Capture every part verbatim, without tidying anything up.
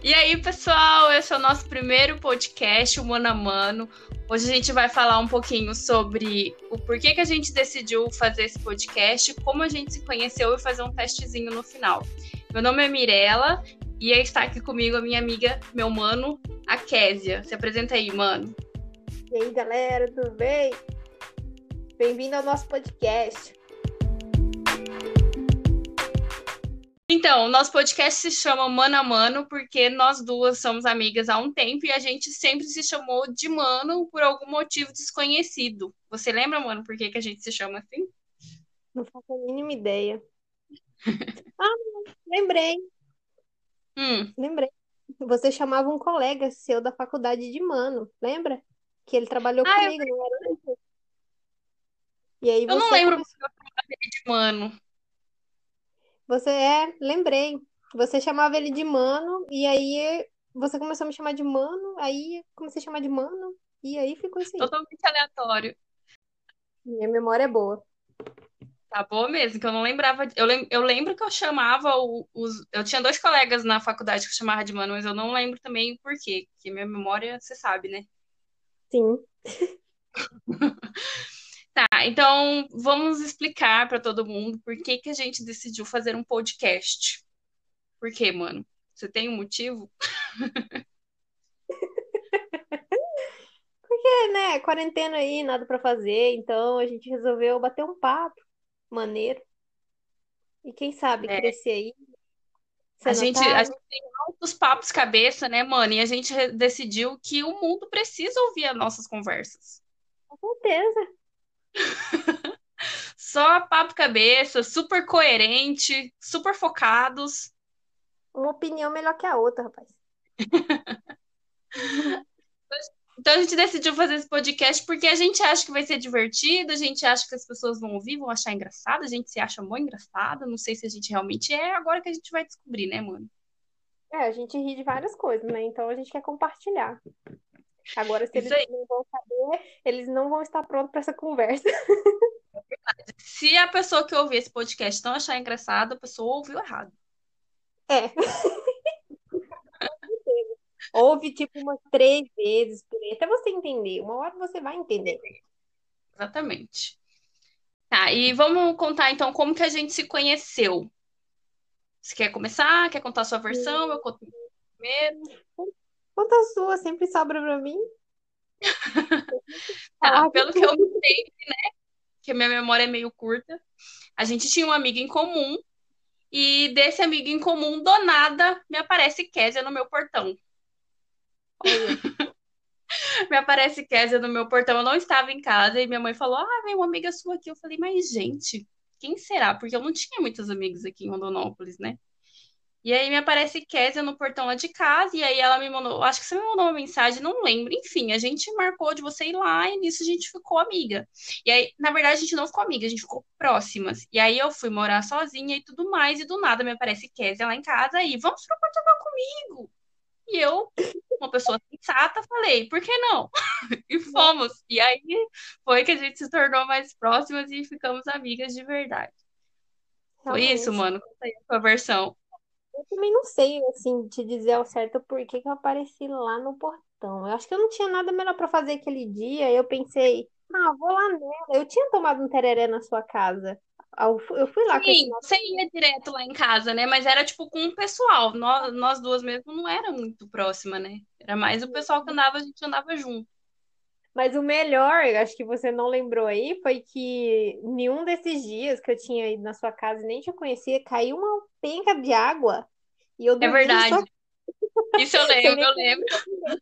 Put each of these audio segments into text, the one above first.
E aí, pessoal, esse é o nosso primeiro podcast, o Mano a Mano. Hoje a gente vai falar um pouquinho sobre o porquê que a gente decidiu fazer esse podcast, como a gente se conheceu e fazer um testezinho no final. Meu nome é Mirella e está aqui comigo a minha amiga, meu mano, a Késia. Se apresenta aí, mano. E aí, galera, tudo bem? Bem-vindo ao nosso podcast. Então, o nosso podcast se chama Mano a Mano porque nós duas somos amigas há um tempo e a gente sempre se chamou de mano por algum motivo desconhecido. Você lembra, mano, por que que a gente se chama assim? Não faço a mínima ideia. Ah, lembrei, Hum, lembrei. Você chamava um colega seu da faculdade de mano, lembra? Que ele trabalhou Ah, eu, comigo, não era? E aí eu não você lembro começou, porque eu chamava ele de mano. você é, lembrei. Você chamava ele de mano e aí você começou a me chamar de mano, aí comecei a chamar de mano e aí ficou isso aí. Totalmente aleatório. Minha memória é boa. Tá boa mesmo, que eu não lembrava. Eu, lem- eu lembro que eu chamava o- os. Eu tinha dois colegas na faculdade que eu chamava de mano, mas eu não lembro também por quê. Porque minha memória, você sabe, né? Sim. Tá, então vamos explicar pra todo mundo por que que a gente decidiu fazer um podcast. Por quê, mano? Você tem um motivo? É, né? Quarentena aí, nada pra fazer, então a gente resolveu bater um papo maneiro. E quem sabe É, crescer aí, a ser gente, a notável. gente tem altos papos cabeça, né, mano? E a gente re- decidiu que o mundo precisa ouvir as nossas conversas. Com certeza. Só papo cabeça, super coerente, super focados. Uma opinião melhor que a outra, rapaz. Então a gente decidiu fazer esse podcast porque a gente acha que vai ser divertido, a gente acha que as pessoas vão ouvir, vão achar engraçado, a gente se acha muito engraçado, não sei se a gente realmente é, agora que a gente vai descobrir, né, mano? É, a gente ri de várias coisas, né? Então a gente quer compartilhar. Agora, se Isso eles aí. não vão saber, eles não vão estar prontos para essa conversa. Se a pessoa que ouvir esse podcast não achar engraçado, a pessoa ouviu errado. É. Ouve tipo umas três vezes por aí, até você entender. Uma hora você vai entender. Exatamente. Tá, e vamos contar então como que a gente se conheceu. Você quer começar? Quer contar a sua versão? Eu conto primeiro. Conta a sua, sempre sobra pra mim. Tá, Falar de pelo que eu me tudo. lembro, que a minha memória é meio curta, a gente tinha um amigo em comum e desse amigo em comum, do nada, me aparece Késia no meu portão. Olha, Me aparece Késia no meu portão. Eu não estava em casa e minha mãe falou: Ah, vem uma amiga sua aqui. Eu falei: Mas, gente, quem será? Porque eu não tinha muitos amigos aqui em Rondonópolis, né? E aí me aparece Késia no portão lá de casa, e aí ela me mandou, acho que você me mandou uma mensagem, não lembro. Enfim, a gente marcou de você ir lá e nisso a gente ficou amiga. E aí, na verdade, a gente não ficou amiga, a gente ficou próximas. E aí eu fui morar sozinha e tudo mais, e do nada me aparece Késia lá em casa e vamos pro Portugal comigo. E eu, uma pessoa sensata, falei, por que não? E fomos. E aí foi que a gente se tornou mais próximas e ficamos amigas de verdade. Foi isso, realmente. mano. Conta aí a sua versão. Eu também não sei, assim, te dizer ao certo por que que eu apareci lá no portão. Eu acho que eu não tinha nada melhor pra fazer aquele dia. Eu pensei, ah, vou lá nela. Eu tinha tomado um tereré na sua casa. Eu fu- eu fui lá com esse Sim, nosso. você ia direto lá em casa, né? Mas era tipo com o pessoal. Nós, nós duas mesmo não era muito próxima, né? Era mais o pessoal que andava, a gente andava junto. Mas o melhor, eu acho que você não lembrou aí, foi que nenhum desses dias que eu tinha ido na sua casa e nem te conhecia, caiu uma penca de água e eu É dormi na verdade. sua casa Isso eu sem lembro, nem eu lembro. conhecer ninguém.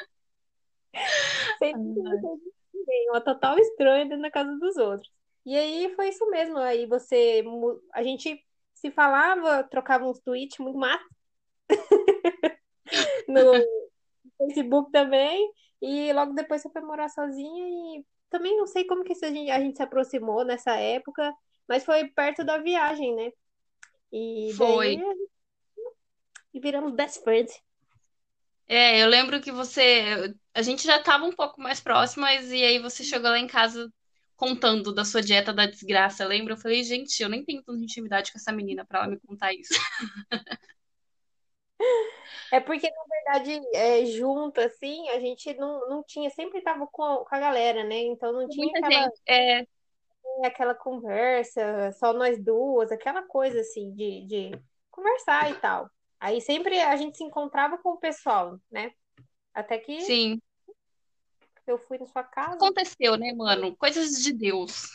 Sem nem conhecer ninguém. Uma total estranha dentro da casa dos outros. E aí foi isso mesmo. Aí você. mu- A gente se falava, trocava uns tweets muito massa no Facebook também. E logo depois você foi morar sozinha e também não sei como que isso a gente, a gente se aproximou nessa época, mas foi perto da viagem, né? E daí Foi. viramos best friends. É, eu lembro que você. A gente já tava um pouco mais próximas, e aí você chegou lá em casa contando da sua dieta da desgraça, lembra? Eu falei, gente, eu nem tenho tanta intimidade com essa menina pra ela me contar isso. É porque, na verdade, é, junto, assim, a gente não, não tinha, sempre tava com, com a galera, né? Então não tinha Muita aquela, gente. É, aquela conversa, só nós duas, aquela coisa, assim, de, de conversar e tal. Aí sempre a gente se encontrava com o pessoal, né? Até que sim. eu fui na sua casa, Aconteceu, né, mano? Coisas de Deus.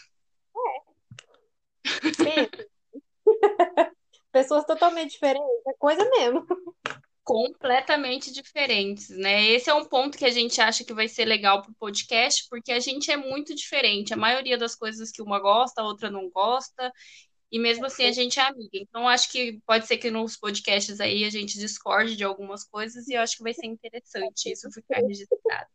pensa, pessoas totalmente diferentes, é coisa mesmo. Completamente diferentes, né? Esse é um ponto que a gente acha que vai ser legal pro podcast, porque a gente é muito diferente. A maioria das coisas que uma gosta, a outra não gosta, e mesmo assim a gente é amiga. Então, acho que pode ser que nos podcasts aí a gente discorde de algumas coisas, e eu acho que vai ser interessante isso ficar registrado.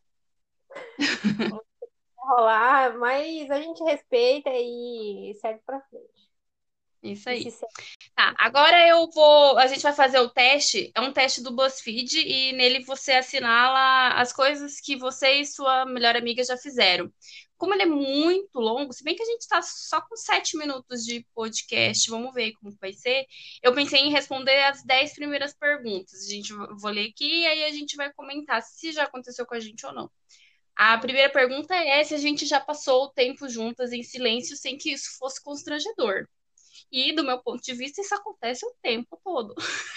Rolar, mas a gente respeita e segue pra frente. Isso E se aí. segue. Tá, agora eu vou. A gente vai fazer o teste. É um teste do BuzzFeed e nele você assinala as coisas que você e sua melhor amiga já fizeram. Como ele é muito longo, se bem que a gente tá só com sete minutos de podcast, vamos ver como vai ser. Eu pensei em responder as dez primeiras perguntas. A gente vou ler aqui e aí a gente vai comentar se já aconteceu com a gente ou não. A primeira pergunta é se a gente já passou o tempo juntas em silêncio sem que isso fosse constrangedor. E, do meu ponto de vista, isso acontece o tempo todo.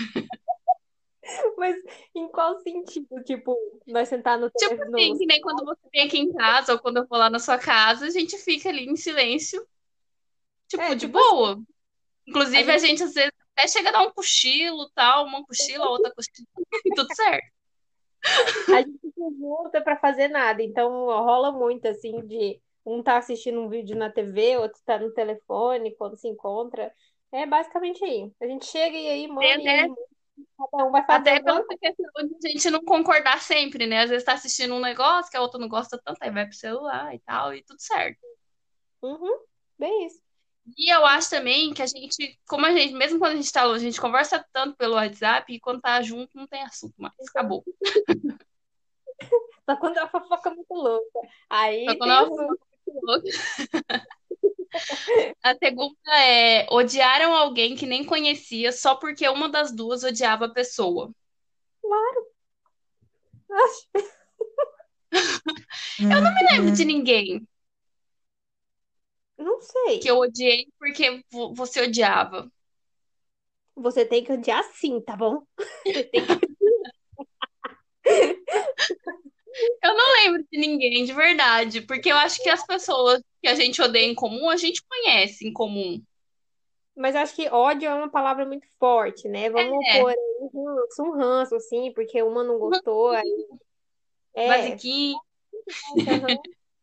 Mas em qual sentido? Tipo, nós sentar no Tipo telefone. No... assim, que nem quando você vem aqui em casa ou quando eu vou lá na sua casa, a gente fica ali em silêncio, tipo, É, de tipo assim, boa. a Inclusive, a gente, gente às vezes até chega a dar um cochilo, tal, uma cochila, outra cochila, e tudo certo. a gente se junta pra fazer nada. Então rola muito assim de um tá assistindo um vídeo na T V, outro tá no telefone quando se encontra. É basicamente aí. A gente chega e aí, Tem mano, e aí, até, mano, cada um vai fazer até alguma pela coisa. questão de a gente não concordar sempre, né? Às vezes tá assistindo um negócio que a outra não gosta tanto, aí vai pro celular e tal, e tudo certo. Uhum, bem isso. E eu acho também que a gente, como a gente, mesmo quando a gente tá longe, a gente conversa tanto pelo WhatsApp e quando tá junto não tem assunto mais. Então, Acabou. só quando é uma fofoca muito louca. Só Aí quando tem ela assunto. A segunda é: odiaram alguém que nem conhecia só porque uma das duas odiava a pessoa. Eu não me lembro de ninguém Não que sei. eu odiei porque vo- você odiava. Você tem que odiar sim, tá bom? Você tem que. Eu não lembro de ninguém, de verdade, porque eu acho que as pessoas que a gente odeia em comum, a gente conhece em comum. Mas acho que ódio é uma palavra muito forte, né? Vamos É, pôr aí um ranço, um ranço, assim, porque uma não gostou. Aí... É, basiquinho, aham.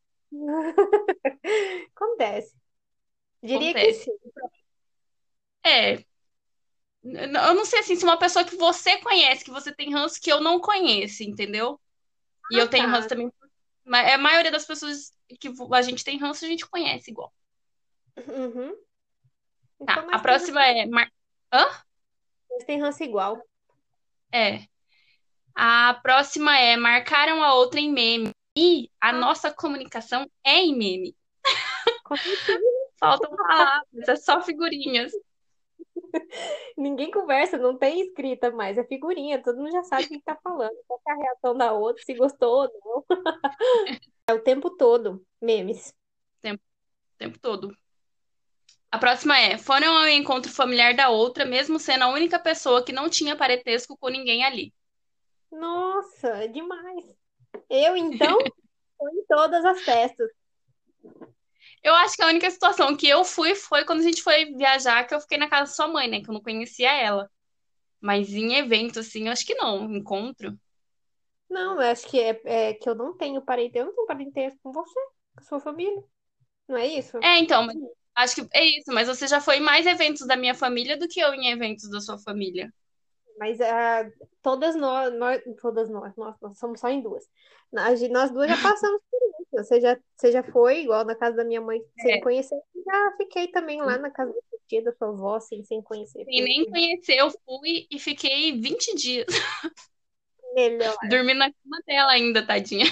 Acontece. Diria que acontece. sim. É, n- eu não sei assim, se uma pessoa que você conhece, que você tem ranço que eu não conheço, entendeu? E Ah, eu tenho ranço tá. também. Mas a maioria das pessoas que a gente tem ranço, a gente conhece igual. Uhum. Então Tá, a nós tem, próxima é. Mar... Hã? nós tem ranço igual. É. A próxima é: marcaram a outra em meme. E a Ah, nossa comunicação é em meme. com certeza. Faltam palavras, é só figurinhas. Ninguém conversa, não tem escrita mais, é figurinha, todo mundo já sabe o que tá falando. Qual que é a reação da outra, se gostou ou não. É o tempo todo, memes. O tempo, o tempo todo. A próxima é: foram ao encontro familiar da outra, mesmo sendo a única pessoa que não tinha parentesco com ninguém ali. Nossa, é demais. Eu, então, tô em todas as festas. Eu acho que a única situação que eu fui foi quando a gente foi viajar, que eu fiquei na casa da sua mãe, né? Que eu não conhecia ela. Mas em evento, assim, eu acho que não. Encontro. Não, eu acho que é, é que eu não tenho parentesco, eu não tenho parentesco com você, com a sua família. Não é isso? É, então, mas acho que é isso. Mas você já foi em mais eventos da minha família do que eu em eventos da sua família. Mas ah, todas nós, nós, todas nós, nós, nós somos só em duas. Nós, nós duas já passamos por isso. Você já, você já foi, igual na casa da minha mãe, sem É, conhecer. Já fiquei também lá na casa da sua tia, da sua avó, assim, sem conhecer. sem Foi nem conhecer, eu fui e fiquei vinte dias melhor. dormindo na cama dela ainda, tadinha.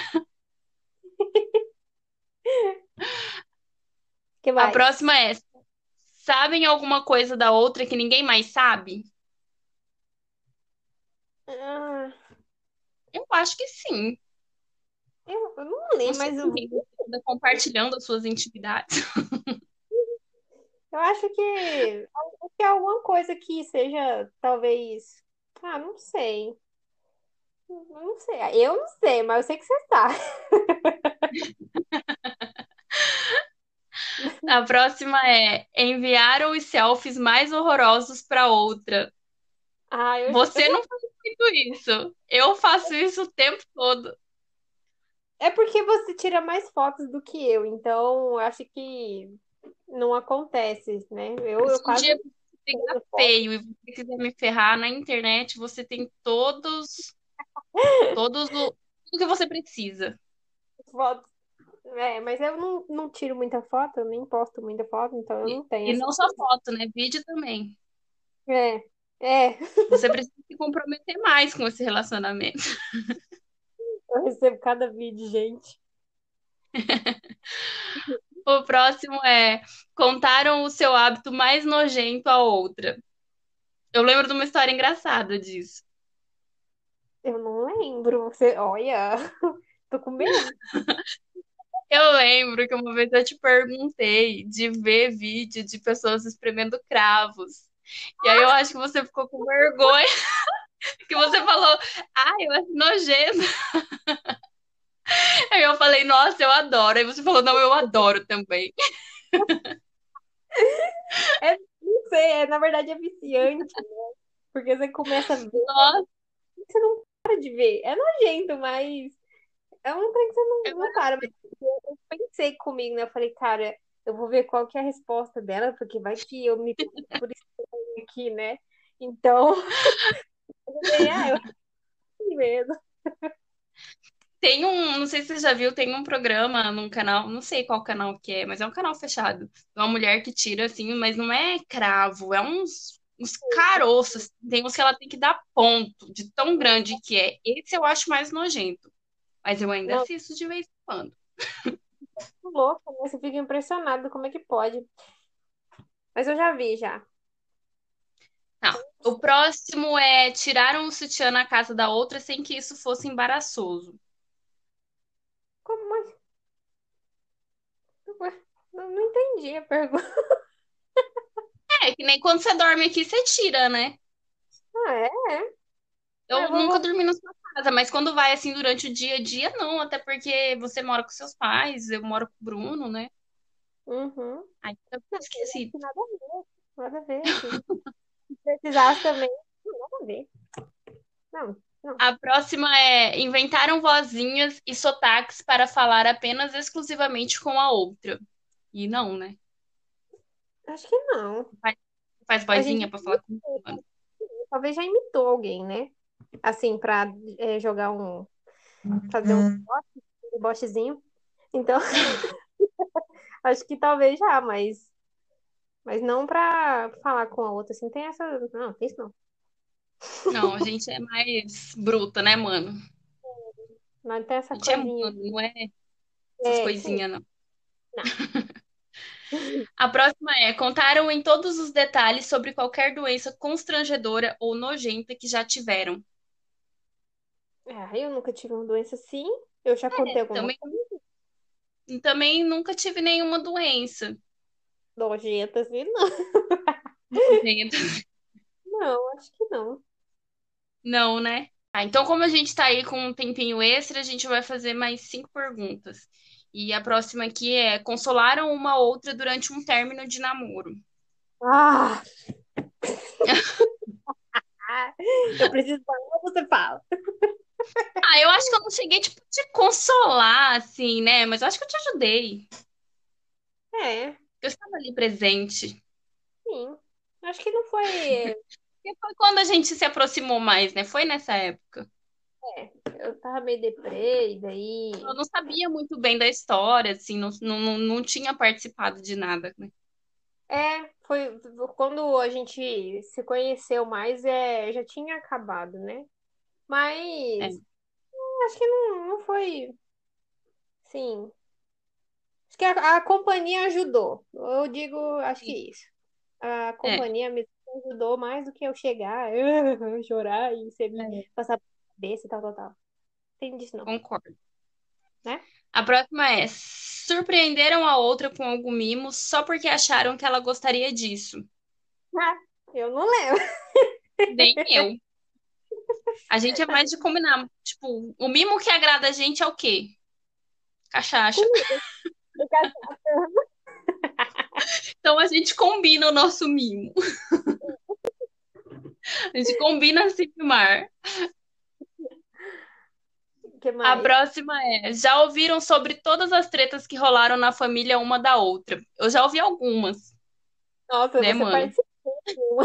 Que A mais? próxima é: sabem alguma coisa da outra que ninguém mais sabe? Ah, Eu acho que sim. eu, eu não Não lembro, sei mas com eu, quem você anda compartilhando as suas intimidades. eu acho que, que é alguma coisa que seja, talvez. Ah, não sei. Eu não sei. Eu não sei, mas eu sei que você tá. A próxima é: enviaram os selfies mais horrorosos para outra. Ah, eu, já- eu Você já. não faz muito isso. Eu faço isso o tempo todo. É porque você tira mais fotos do que eu, então eu acho que não acontece, né? Eu, eu Se um quase dia não você pegar tiro foto. feio e você quiser me ferrar na internet, você tem todos, todos o, tudo que você precisa. Fotos. É, mas eu não, não tiro muita foto, eu nem posto muita foto, então eu E, não tenho e essa não só coisa. foto, né? Vídeo também. É, é, Você precisa se comprometer mais com esse relacionamento. eu recebo cada vídeo, gente. O próximo é: contaram o seu hábito mais nojento a outra. Eu lembro de uma história engraçada disso. Eu não lembro. Você, olha, tô com medo. Eu lembro que uma vez eu te perguntei de ver vídeo de pessoas espremendo cravos. E aí eu acho que você ficou com vergonha, que você falou, ai, eu acho nojento. Aí eu falei, nossa, eu adoro. Aí você falou, não, eu adoro também. É, não sei, é, na verdade é viciante, porque você começa a ver, Nossa, você não para de ver. É nojento, mas é um trem que você é não, não para. Mas maravilhoso. eu pensei comigo, né? Eu falei, cara, eu vou ver qual que é a resposta dela, porque vai que eu me pego por estranho aqui, né? Então, eu falei, ah, eu tenho medo. Tem um, não sei se você já viu, tem um programa num canal, não sei qual canal que é, mas é um canal fechado. Uma mulher que tira assim, mas não é cravo, é uns, uns caroços. Tem uns que ela tem que dar ponto, de tão grande que é. Esse eu acho mais nojento, mas eu ainda Não, assisto de vez em quando. tô louca, né? Você fica impressionado como é que pode. Mas eu já vi, já. Não. O próximo é tiraram o sutiã na casa da outra sem que isso fosse embaraçoso. Como é? Não, não entendi a pergunta. É, que nem quando você dorme aqui, você tira, né? Ah, é? É. Ah, eu Eu vou nunca voltar. dormi na sua casa, mas quando vai assim durante o dia a dia, não, até porque você mora com seus pais, eu moro com o Bruno, né? Uhum. Aí fica Não, eu acho esquisito. que nada a ver. Nada a ver, assim. Se precisasse também, não, nada a ver. Não, não. A próxima é: inventaram vozinhas e sotaques para falar apenas exclusivamente com a outra. E não, né? Acho que não. Faz, faz A gente vozinha para falar com o humano. talvez já imitou alguém, né? Assim, pra é, jogar um. Fazer um debochezinho. Então, acho que talvez já, mas, mas não pra falar com a outra, assim. Tem essa. Não, tem isso não. Não, a gente é mais bruta, né, mano? Não tem A essa gente é coisinha. mano, não é essas É, isso aí. coisinhas, não. Não. A próxima é: contaram em todos os detalhes sobre qualquer doença constrangedora ou nojenta que já tiveram. Ah, eu nunca tive uma doença assim. Eu já É, contei alguma também, coisa também nunca tive nenhuma doença nojenta assim, não. nojenta. Não, acho que não. Não, né? Ah, então, como a gente tá aí com um tempinho extra, a gente vai fazer mais cinco perguntas. E a próxima aqui é: consolaram uma outra durante um término de namoro. Ah, ah, eu preciso falar, você fala. Ah, eu acho que eu não cheguei, tipo, te consolar, assim, né? Mas eu acho que eu te ajudei. É, Eu estava ali presente. sim. Acho que não foi. E foi quando a gente se aproximou mais, né? Foi nessa época. É, eu tava meio deprê, e daí. Eu não sabia muito bem da história, assim, não, não, não não tinha participado de nada, né? É, foi quando a gente se conheceu mais, é, já tinha acabado, né? É, Mas acho que não, não foi, sim. Acho que a, a companhia ajudou. Eu digo, acho que sim. isso. A É. companhia me. me ajudou mais do que eu chegar, chorar e você me É, passar por cabeça e tal, tal, tal. Tem disso não, concordo. né? A próxima é: surpreenderam a outra com algum mimo só porque acharam que ela gostaria disso. Ah, eu não lembro. Nem eu. A gente é mais de combinar. Tipo, o mimo que agrada a gente é o quê? Cachaça. Comida. Eu quero- Então a gente combina o nosso mimo. A gente combina se mimar. O que A mais? próxima é: já ouviram sobre todas as tretas que rolaram na família uma da outra? Eu já ouvi algumas, Nossa, né, você mano? participou de uma.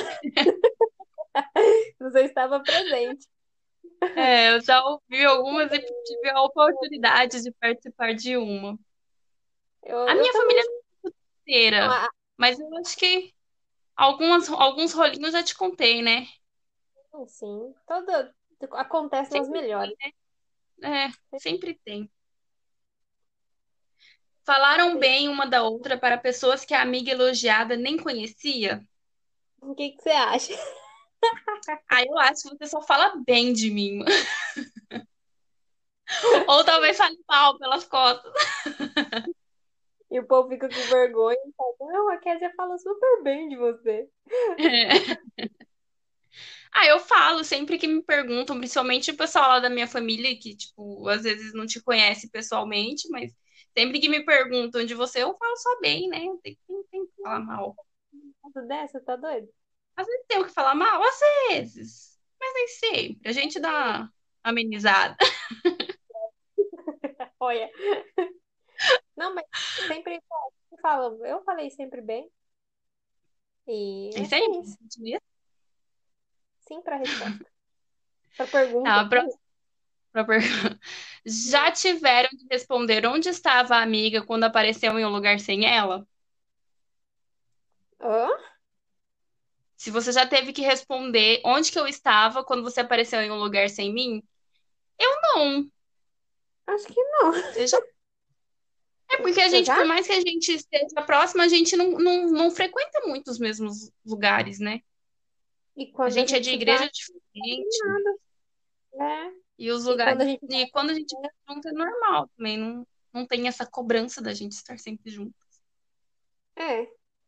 Você estava presente. É, eu já ouvi algumas e tive a oportunidade de participar de uma. Eu, A eu minha também. família não é inteira, Ah, mas eu acho que algumas, alguns rolinhos eu já te contei, né? sim, sim. Todo, acontece nas Sempre melhores. tem, né? É, sempre tem. Falaram bem uma da outra para pessoas que a amiga elogiada nem conhecia? O que que você acha? Ah, eu acho que você só fala bem de mim. Ou talvez fale mal pelas costas. E o povo fica com vergonha e fala, não, a Kézia fala super bem de você. É. Ah, eu falo sempre que me perguntam, principalmente o pessoal lá da minha família, que, tipo, às vezes não te conhece pessoalmente, mas sempre que me perguntam de você, eu falo só bem, né? Tem, tem, tem que falar mal. Nossa, dessa, tá doido? Às vezes tem o que falar mal, às vezes. Mas nem sempre. A gente dá uma amenizada. Olha. Não, mas sempre fala, eu falei sempre bem. E É acho isso que aí. é isso. Sim para a resposta. Para pergunta. Tá, pra, pra per- Já tiveram de responder onde estava a amiga quando apareceu em um lugar sem ela? Hã? Se você já teve que responder onde que eu estava quando você apareceu em um lugar sem mim? Eu não. Acho que não. Eu já- É porque a Você gente, já? por mais que a gente esteja próximo, a gente não, não, não frequenta muito os mesmos lugares, né? E A quando a gente é de gente vai, igreja diferente nada, né? e os E quando lugares. a gente E quando a gente tá junto é normal também. Não, não tem essa cobrança da gente estar sempre junto. é,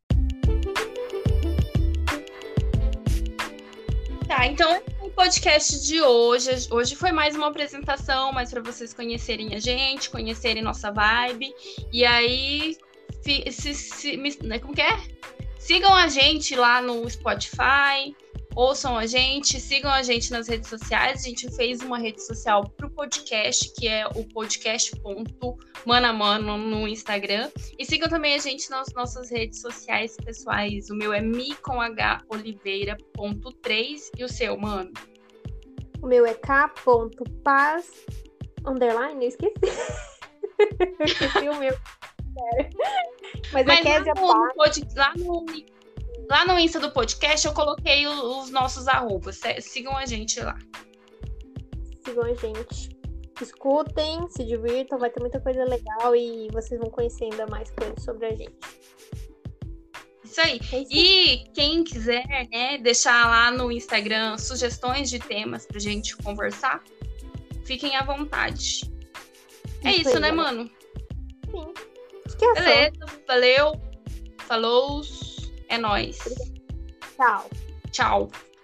Tá, então esse é o podcast de hoje. Hoje foi mais uma apresentação, mais para vocês conhecerem a gente, conhecerem nossa vibe. E aí, fi- se, se, me- né, como que é? Sigam a gente lá no Spotify, ouçam a gente, sigam a gente nas redes sociais. A gente fez uma rede social pro podcast, que é o podcast.mano a mano no Instagram. E sigam também a gente nas nossas redes sociais pessoais. O meu é mi com h oliveira ponto três e o seu, mano? o meu é k.paz underline, eu esqueci. Eu esqueci o meu. Sério. Mas a Mas lá Kézia no, no Paz, pod- lá no, lá no Insta do podcast eu coloquei o- os nossos arrobas. Se- Sigam a gente lá. sigam a gente. Escutem, se divirtam, vai ter muita coisa legal e vocês vão conhecer ainda mais coisas sobre a gente. Isso aí. É isso. E quem quiser, né, deixar lá no Instagram sugestões de temas pra gente conversar, fiquem à vontade. É Isso isso, aí, né, galera. mano? Sim. Acho que é só. Beleza, valeu, falou, é nóis. Tchau. Tchau.